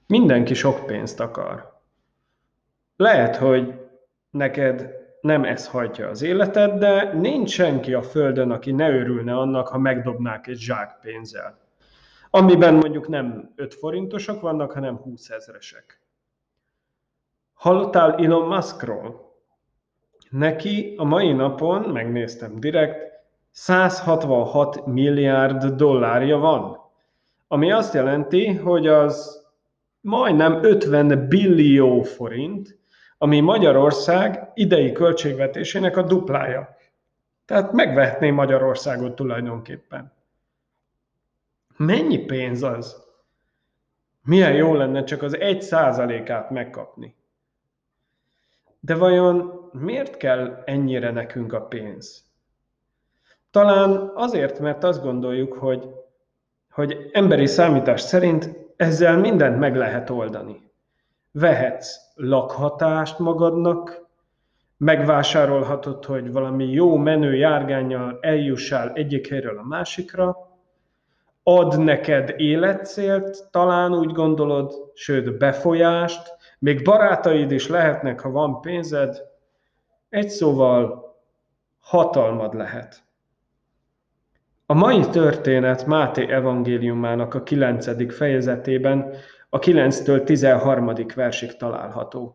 Mindenki sok pénzt akar. Lehet, hogy neked nem ez hajtja az életed, de nincs senki a földön, aki ne örülne annak, ha megdobnák egy zsák pénzzel. Amiben mondjuk nem 5 forintosok vannak, hanem 20 ezresek. Hallottál Elon Muskról? Neki a mai napon, megnéztem direkt, 166 milliárd dollárja van. Ami azt jelenti, hogy az majdnem 50 billió forint, ami Magyarország idei költségvetésének a duplája. Tehát megvehetné Magyarországot tulajdonképpen. Mennyi pénz az? Milyen jó lenne csak az 1%-át megkapni. De vajon miért kell ennyire nekünk a pénz? Talán azért, mert azt gondoljuk, hogy emberi számítás szerint ezzel mindent meg lehet oldani. Vehetsz lakhatást magadnak, megvásárolhatod, hogy valami jó menő járgánnyal eljussál egyik helyről a másikra, ad neked életcélt, talán úgy gondolod, sőt befolyást, még barátaid is lehetnek, ha van pénzed, egy szóval hatalmad lehet. A mai történet Máté evangéliumának a 9. fejezetében a 9-től 13. versig található.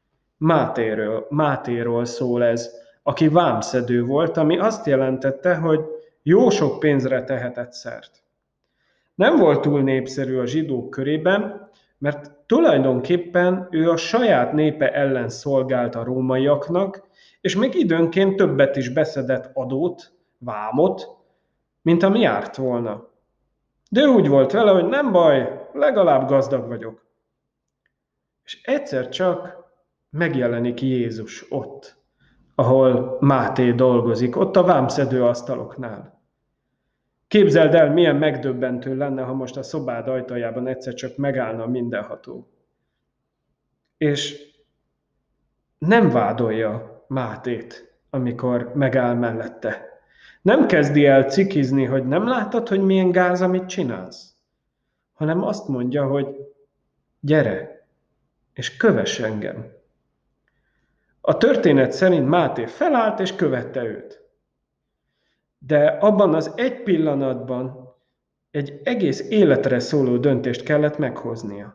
Mátéról szól ez, aki vámszedő volt, ami azt jelentette, hogy jó sok pénzre tehetett szert. Nem volt túl népszerű a zsidók körében, mert tulajdonképpen ő a saját népe ellen szolgált a rómaiaknak, és még időnként többet is beszedett adót, vámot, mint ami járt volna. De ő úgy volt vele, hogy nem baj, legalább gazdag vagyok. És egyszer csak megjelenik Jézus ott, ahol Máté dolgozik, ott a vámszedő asztaloknál. Képzeld el, milyen megdöbbentő lenne, ha most a szobád ajtajában egyszer csak megállna mindenható. És nem vádolja Mátét, amikor megáll mellette. Nem kezdi el cikizni, hogy nem látod, hogy milyen gáz, amit csinálsz, hanem azt mondja, hogy gyere, és kövess engem. A történet szerint Máté felállt, és követte őt. De abban az egy pillanatban egy egész életre szóló döntést kellett meghoznia.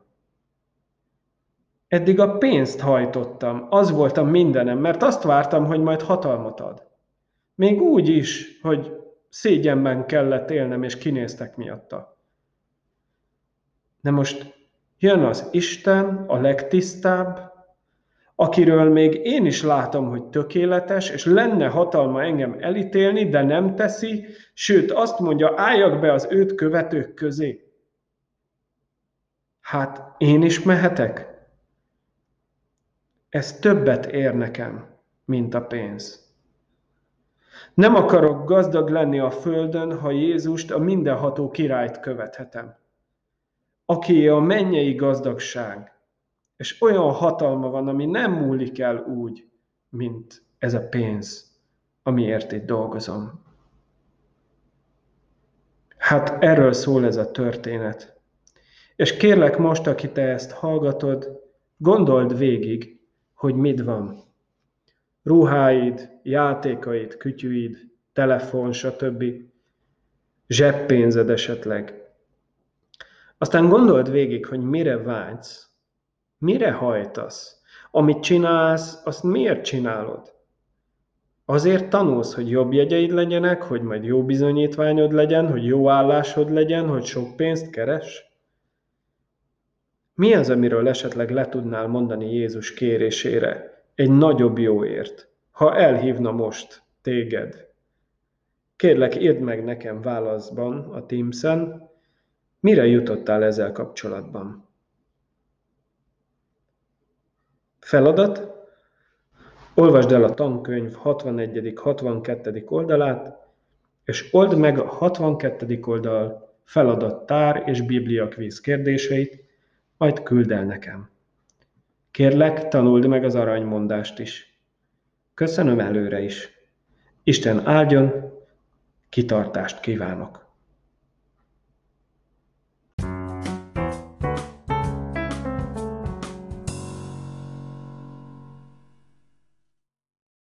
Eddig a pénzt hajtottam, az volt a mindenem, mert azt vártam, hogy majd hatalmat ad. Még úgy is, hogy szégyenben kellett élnem, és kinéztek miatta. De most jön az Isten, a legtisztább, akiről még én is látom, hogy tökéletes, és lenne hatalma engem elítélni, de nem teszi, sőt azt mondja, álljak be az őt követők közé. Hát én is mehetek? Ez többet ér nekem, mint a pénz. Nem akarok gazdag lenni a földön, ha Jézust, a mindenható királyt követhetem. Akié a mennyei gazdagság, és olyan hatalma van, ami nem múlik el úgy, mint ez a pénz, amiért itt dolgozom. Hát erről szól ez a történet. És kérlek most, aki te ezt hallgatod, gondold végig, hogy mit van. Ruháid, játékaid, kütyüid, telefon, stb. Zseppénzed esetleg. Aztán gondold végig, hogy mire vágysz, mire hajtasz, amit csinálsz, azt miért csinálod? Azért tanulsz, hogy jobb jegyeid legyenek, hogy majd jó bizonyítványod legyen, hogy jó állásod legyen, hogy sok pénzt keres? Mi az, amiről esetleg le tudnál mondani Jézus kérésére egy nagyobb jóért, ha elhívna most téged? Kérlek, írd meg nekem válaszban a Teams-en, mire jutottál ezzel kapcsolatban. Feladat? Olvasd el a tankönyv 61., 62. oldalát, és old meg a 62. oldal feladattár és bibliakvíz kérdéseit, majd küld el nekem. Kérlek, tanuld meg az aranymondást is. Köszönöm előre is. Isten áldjon, kitartást kívánok!